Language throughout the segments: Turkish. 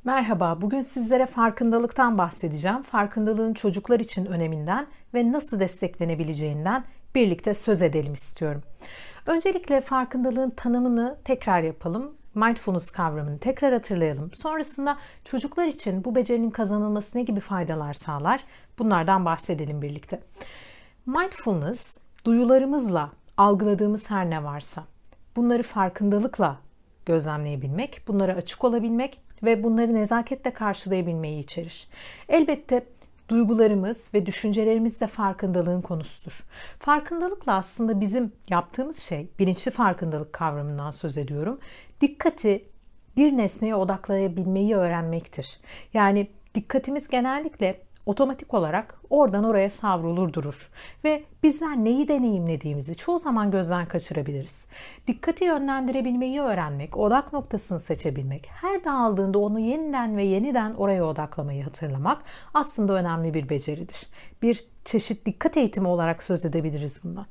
Merhaba, bugün sizlere farkındalıktan bahsedeceğim. Farkındalığın çocuklar için öneminden ve nasıl desteklenebileceğinden birlikte söz edelim istiyorum. Öncelikle farkındalığın tanımını tekrar yapalım. Mindfulness kavramını tekrar hatırlayalım. Sonrasında çocuklar için bu becerinin kazanılması ne gibi faydalar sağlar? Bunlardan bahsedelim birlikte. Mindfulness, duyularımızla algıladığımız her ne varsa, bunları farkındalıkla gözlemleyebilmek, bunlara açık olabilmek ve bunları nezaketle karşılayabilmeyi içerir. Elbette duygularımız ve düşüncelerimiz de farkındalığın konusudur. Farkındalıkla aslında bizim yaptığımız şey, bilinçli farkındalık kavramından söz ediyorum, dikkati bir nesneye odaklayabilmeyi öğrenmektir. Yani dikkatimiz genellikle otomatik olarak oradan oraya savrulur durur. Ve bizler neyi deneyimlediğimizi çoğu zaman gözden kaçırabiliriz. Dikkati yönlendirebilmeyi öğrenmek, odak noktasını seçebilmek, her dağıldığında onu yeniden ve yeniden oraya odaklamayı hatırlamak aslında önemli bir beceridir. Bir çeşit dikkat eğitimi olarak söz edebiliriz bundan.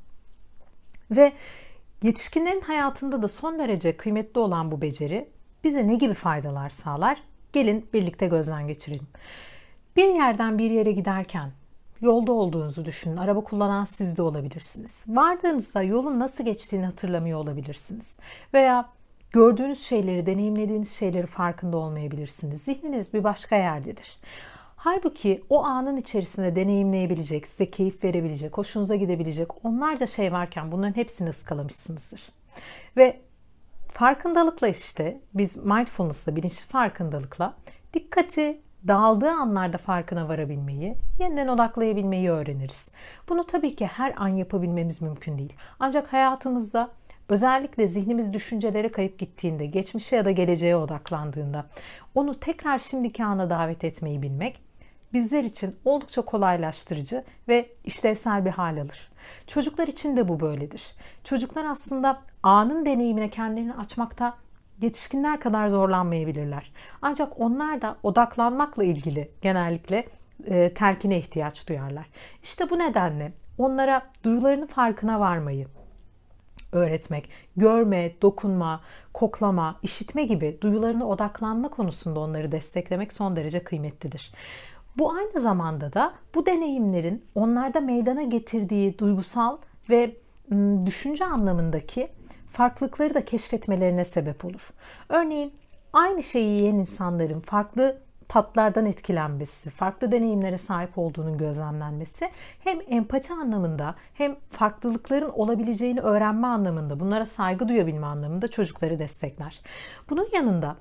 Ve yetişkinlerin hayatında da son derece kıymetli olan bu beceri bize ne gibi faydalar sağlar? Gelin birlikte gözden geçirelim. Bir yerden bir yere giderken yolda olduğunuzu düşünün. Araba kullanan siz de olabilirsiniz. Vardığınızda yolun nasıl geçtiğini hatırlamıyor olabilirsiniz. Veya gördüğünüz şeyleri, deneyimlediğiniz şeyleri farkında olmayabilirsiniz. Zihniniz bir başka yerdedir. Halbuki o anın içerisinde deneyimleyebilecek, size keyif verebilecek, hoşunuza gidebilecek onlarca şey varken bunların hepsini ıskalamışsınızdır. Ve farkındalıkla işte biz mindfulness'la, bilinçli farkındalıkla dikkati dağıldığı anlarda farkına varabilmeyi, yeniden odaklayabilmeyi öğreniriz. Bunu tabii ki her an yapabilmemiz mümkün değil. Ancak hayatımızda özellikle zihnimiz düşüncelere kayıp gittiğinde, geçmişe ya da geleceğe odaklandığında onu tekrar şimdiki ana davet etmeyi bilmek bizler için oldukça kolaylaştırıcı ve işlevsel bir hal alır. Çocuklar için de bu böyledir. Çocuklar aslında anın deneyimine kendilerini açmakta yetişkinler kadar zorlanmayabilirler. Ancak onlar da odaklanmakla ilgili genellikle telkine ihtiyaç duyarlar. İşte bu nedenle onlara duyularının farkına varmayı öğretmek, görme, dokunma, koklama, işitme gibi duyularına odaklanma konusunda onları desteklemek son derece kıymetlidir. Bu aynı zamanda da bu deneyimlerin onlarda meydana getirdiği duygusal ve düşünce anlamındaki farklılıkları da keşfetmelerine sebep olur. Örneğin aynı şeyi yiyen insanların farklı tatlardan etkilenmesi, farklı deneyimlere sahip olduğunun gözlemlenmesi hem empati anlamında hem farklılıkların olabileceğini öğrenme anlamında, bunlara saygı duyabilme anlamında çocukları destekler. Bunun yanında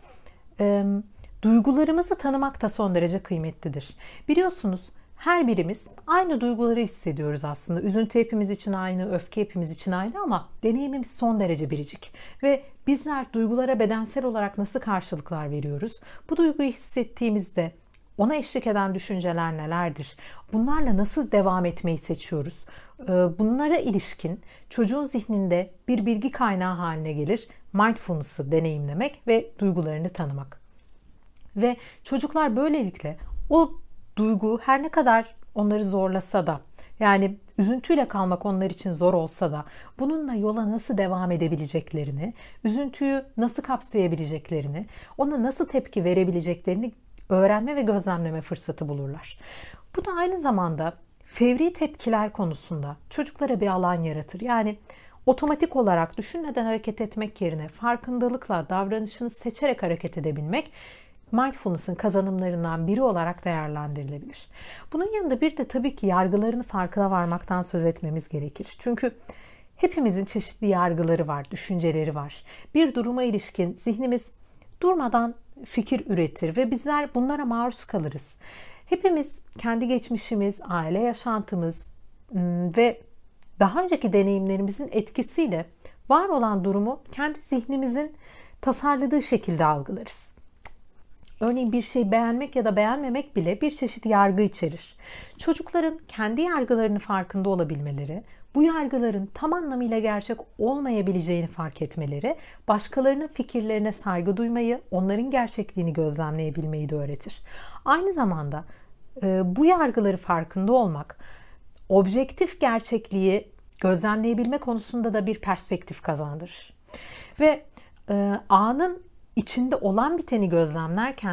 duygularımızı tanımak da son derece kıymetlidir. Biliyorsunuz her birimiz aynı duyguları hissediyoruz aslında. Üzüntü hepimiz için aynı, öfke hepimiz için aynı ama deneyimimiz son derece biricik. Ve bizler duygulara bedensel olarak nasıl karşılıklar veriyoruz? Bu duyguyu hissettiğimizde ona eşlik eden düşünceler nelerdir? Bunlarla nasıl devam etmeyi seçiyoruz? Bunlara ilişkin çocuğun zihninde bir bilgi kaynağı haline gelir mindfulness'ı deneyimlemek ve duygularını tanımak. Ve çocuklar böylelikle o duygu her ne kadar onları zorlasa da, yani üzüntüyle kalmak onlar için zor olsa da bununla yola nasıl devam edebileceklerini, üzüntüyü nasıl kapsayabileceklerini, ona nasıl tepki verebileceklerini öğrenme ve gözlemleme fırsatı bulurlar. Bu da aynı zamanda fevri tepkiler konusunda çocuklara bir alan yaratır. Yani otomatik olarak düşünmeden hareket etmek yerine farkındalıkla davranışını seçerek hareket edebilmek mindfulness'ın kazanımlarından biri olarak değerlendirilebilir. Bunun yanında bir de tabii ki yargılarını farkına varmaktan söz etmemiz gerekir. Çünkü hepimizin çeşitli yargıları var, düşünceleri var. Bir duruma ilişkin zihnimiz durmadan fikir üretir ve bizler bunlara maruz kalırız. Hepimiz kendi geçmişimiz, aile yaşantımız ve daha önceki deneyimlerimizin etkisiyle var olan durumu kendi zihnimizin tasarladığı şekilde algılarız. Örneğin bir şeyi beğenmek ya da beğenmemek bile bir çeşit yargı içerir. Çocukların kendi yargılarını farkında olabilmeleri, bu yargıların tam anlamıyla gerçek olmayabileceğini fark etmeleri, başkalarının fikirlerine saygı duymayı, onların gerçekliğini gözlemleyebilmeyi de öğretir. Aynı zamanda bu yargıları farkında olmak, objektif gerçekliği gözlemleyebilme konusunda da bir perspektif kazandırır. Ve anın içinde olan biteni gözlemlerken de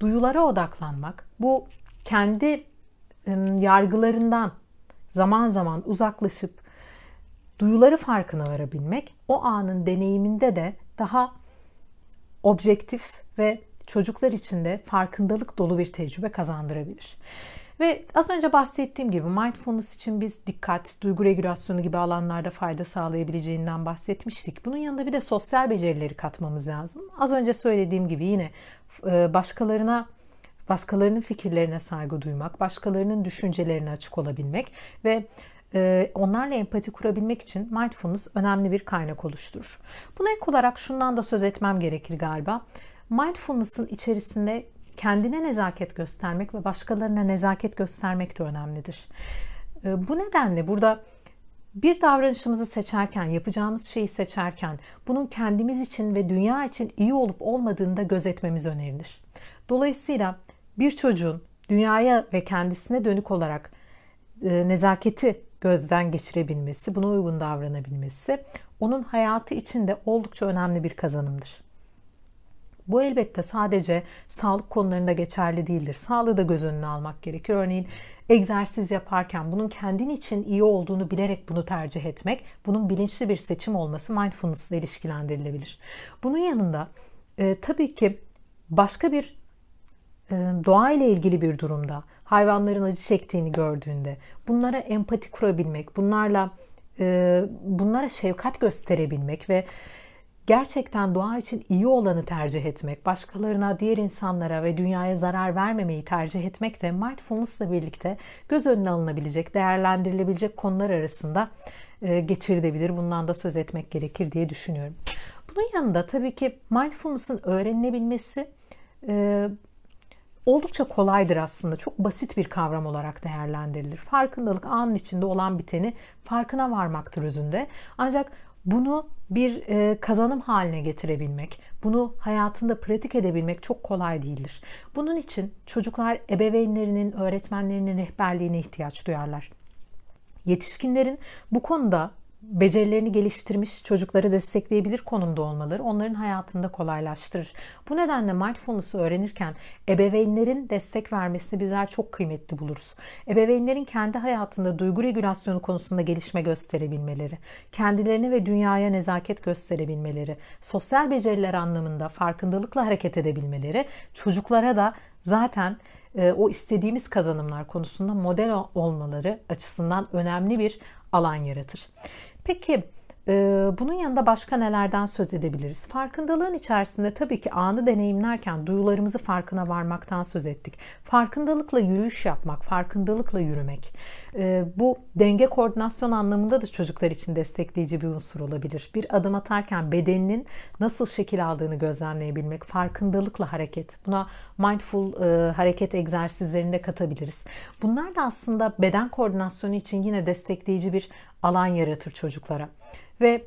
duyulara odaklanmak, bu kendi yargılarından zaman zaman uzaklaşıp duyuları farkına varabilmek, o anın deneyiminde de daha objektif ve çocuklar için de farkındalık dolu bir tecrübe kazandırabilir. Ve az önce bahsettiğim gibi mindfulness için biz dikkat, duygu regülasyonu gibi alanlarda fayda sağlayabileceğinden bahsetmiştik. Bunun yanında bir de sosyal becerileri katmamız lazım. Az önce söylediğim gibi yine başkalarının fikirlerine saygı duymak, başkalarının düşüncelerine açık olabilmek ve onlarla empati kurabilmek için mindfulness önemli bir kaynak oluşturur. Buna ek olarak şundan da söz etmem gerekir galiba. Mindfulness'ın içerisinde kendine nezaket göstermek ve başkalarına nezaket göstermek de önemlidir. Bu nedenle burada bir davranışımızı seçerken, yapacağımız şeyi seçerken bunun kendimiz için ve dünya için iyi olup olmadığını da gözetmemiz önerilir. Dolayısıyla bir çocuğun dünyaya ve kendisine dönük olarak nezaketi gözden geçirebilmesi, buna uygun davranabilmesi onun hayatı için de oldukça önemli bir kazanımdır. Bu elbette sadece sağlık konularında geçerli değildir. Sağlığı da göz önüne almak gerekir. Örneğin egzersiz yaparken bunun kendin için iyi olduğunu bilerek bunu tercih etmek, bunun bilinçli bir seçim olması mindfulness ile ilişkilendirilebilir. Bunun yanında tabii ki başka bir doğayla ilgili bir durumda, hayvanların acı çektiğini gördüğünde bunlara empati kurabilmek, bunlara şefkat gösterebilmek ve gerçekten doğa için iyi olanı tercih etmek, başkalarına, diğer insanlara ve dünyaya zarar vermemeyi tercih etmek de mindfulness'la birlikte göz önüne alınabilecek, değerlendirilebilecek konular arasında geçirilebilir. Bundan da söz etmek gerekir diye düşünüyorum. Bunun yanında tabii ki mindfulness'ın öğrenilebilmesi oldukça kolaydır aslında. Çok basit bir kavram olarak değerlendirilir. Farkındalık anın içinde olan biteni farkına varmaktır özünde. Ancak bunu bir kazanım haline getirebilmek, bunu hayatında pratik edebilmek çok kolay değildir. Bunun için çocuklar ebeveynlerinin, öğretmenlerinin rehberliğine ihtiyaç duyarlar. Yetişkinlerin bu konuda becerilerini geliştirmiş çocukları destekleyebilir konumda olmaları onların hayatını da kolaylaştırır. Bu nedenle mindfulness'ı öğrenirken ebeveynlerin destek vermesini bizler çok kıymetli buluruz. Ebeveynlerin kendi hayatında duygu regülasyonu konusunda gelişme gösterebilmeleri, kendilerine ve dünyaya nezaket gösterebilmeleri, sosyal beceriler anlamında farkındalıkla hareket edebilmeleri, çocuklara da zaten o istediğimiz kazanımlar konusunda model olmaları açısından önemli bir alan yaratır. Peki bunun yanında başka nelerden söz edebiliriz? Farkındalığın içerisinde tabii ki anı deneyimlerken duyularımızı farkına varmaktan söz ettik. Farkındalıkla yürüyüş yapmak, farkındalıkla yürümek. Bu denge koordinasyon anlamında da çocuklar için destekleyici bir unsur olabilir. Bir adım atarken bedeninin nasıl şekil aldığını gözlemleyebilmek, farkındalıkla hareket. Buna mindful hareket egzersizlerinde katabiliriz. Bunlar da aslında beden koordinasyonu için yine destekleyici bir alan yaratır çocuklara. Ve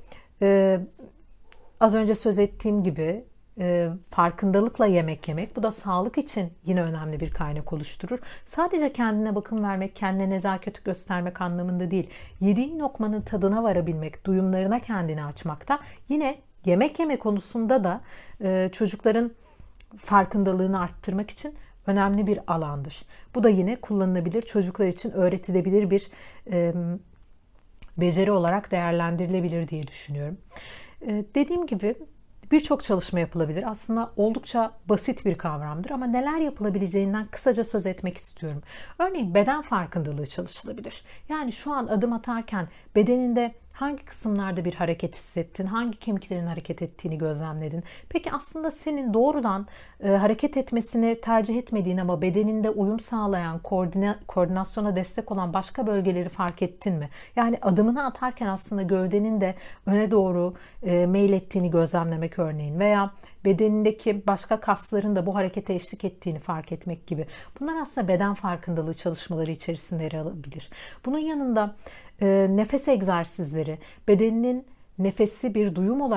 az önce söz ettiğim gibi farkındalıkla yemek yemek, bu da sağlık için yine önemli bir kaynak oluşturur. Sadece kendine bakım vermek, kendine nezaket göstermek anlamında değil. Yediğin lokmanın tadına varabilmek, duyumlarına kendini açmak da yine yemek yeme konusunda da çocukların farkındalığını arttırmak için önemli bir alandır. Bu da yine kullanılabilir, çocuklar için öğretilebilir bir beceri olarak değerlendirilebilir diye düşünüyorum. Dediğim gibi birçok çalışma yapılabilir. Aslında oldukça basit bir kavramdır ama neler yapılabileceğinden kısaca söz etmek istiyorum. Örneğin beden farkındalığı çalışılabilir. Yani şu an adım atarken bedeninde hangi kısımlarda bir hareket hissettin, hangi kemiklerin hareket ettiğini gözlemledin. Peki aslında senin doğrudan hareket etmesini tercih etmediğin ama bedeninde uyum sağlayan, koordinasyona destek olan başka bölgeleri fark ettin mi? Yani adımını atarken aslında gövdenin de öne doğru meylettiğini gözlemlemek örneğin veya bedenindeki başka kasların da bu harekete eşlik ettiğini fark etmek gibi. Bunlar aslında beden farkındalığı çalışmaları içerisinde yer alabilir. Bunun yanında nefes egzersizleri, bedeninin nefesi bir duyum olarak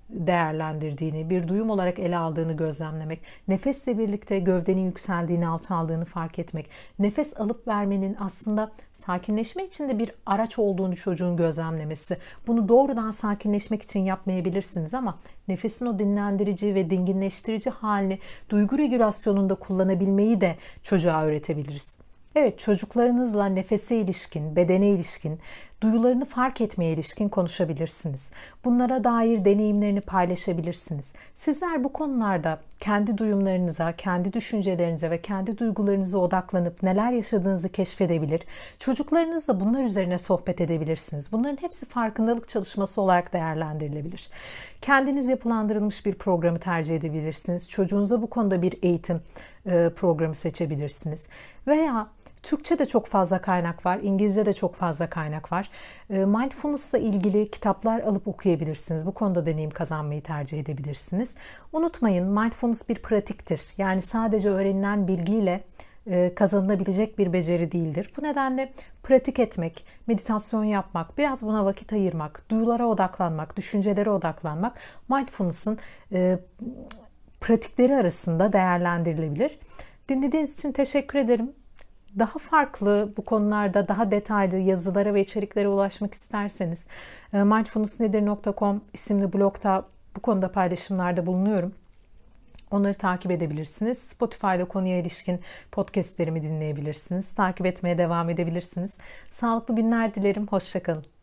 değerlendirdiğini, bir duyum olarak ele aldığını gözlemlemek, nefesle birlikte gövdenin yükseldiğini, alçaldığını fark etmek, nefes alıp vermenin aslında sakinleşme için de bir araç olduğunu çocuğun gözlemlemesi. Bunu doğrudan sakinleşmek için yapmayabilirsiniz ama nefesin o dinlendirici ve dinginleştirici halini duygu regülasyonunda kullanabilmeyi de çocuğa öğretebiliriz. Evet, çocuklarınızla nefese ilişkin, bedene ilişkin, duyularını fark etmeye ilişkin konuşabilirsiniz. Bunlara dair deneyimlerini paylaşabilirsiniz. Sizler bu konularda kendi duyumlarınıza, kendi düşüncelerinize ve kendi duygularınıza odaklanıp neler yaşadığınızı keşfedebilir. Çocuklarınızla bunlar üzerine sohbet edebilirsiniz. Bunların hepsi farkındalık çalışması olarak değerlendirilebilir. Kendiniz yapılandırılmış bir programı tercih edebilirsiniz. Çocuğunuza bu konuda bir eğitim programı seçebilirsiniz. Veya Türkçe de çok fazla kaynak var, İngilizce de çok fazla kaynak var. Mindfulness'la ilgili kitaplar alıp okuyabilirsiniz. Bu konuda deneyim kazanmayı tercih edebilirsiniz. Unutmayın, mindfulness bir pratiktir. Yani sadece öğrenilen bilgiyle kazanılabilecek bir beceri değildir. Bu nedenle pratik etmek, meditasyon yapmak, biraz buna vakit ayırmak, duyulara odaklanmak, düşüncelere odaklanmak mindfulness'ın pratikleri arasında değerlendirilebilir. Dinlediğiniz için teşekkür ederim. Daha farklı bu konularda daha detaylı yazılara ve içeriklere ulaşmak isterseniz mindfulnessnedir.com isimli blogda bu konuda paylaşımlarda bulunuyorum. Onları takip edebilirsiniz. Spotify'da konuya ilişkin podcastlerimi dinleyebilirsiniz. Takip etmeye devam edebilirsiniz. Sağlıklı günler dilerim. Hoşça kalın.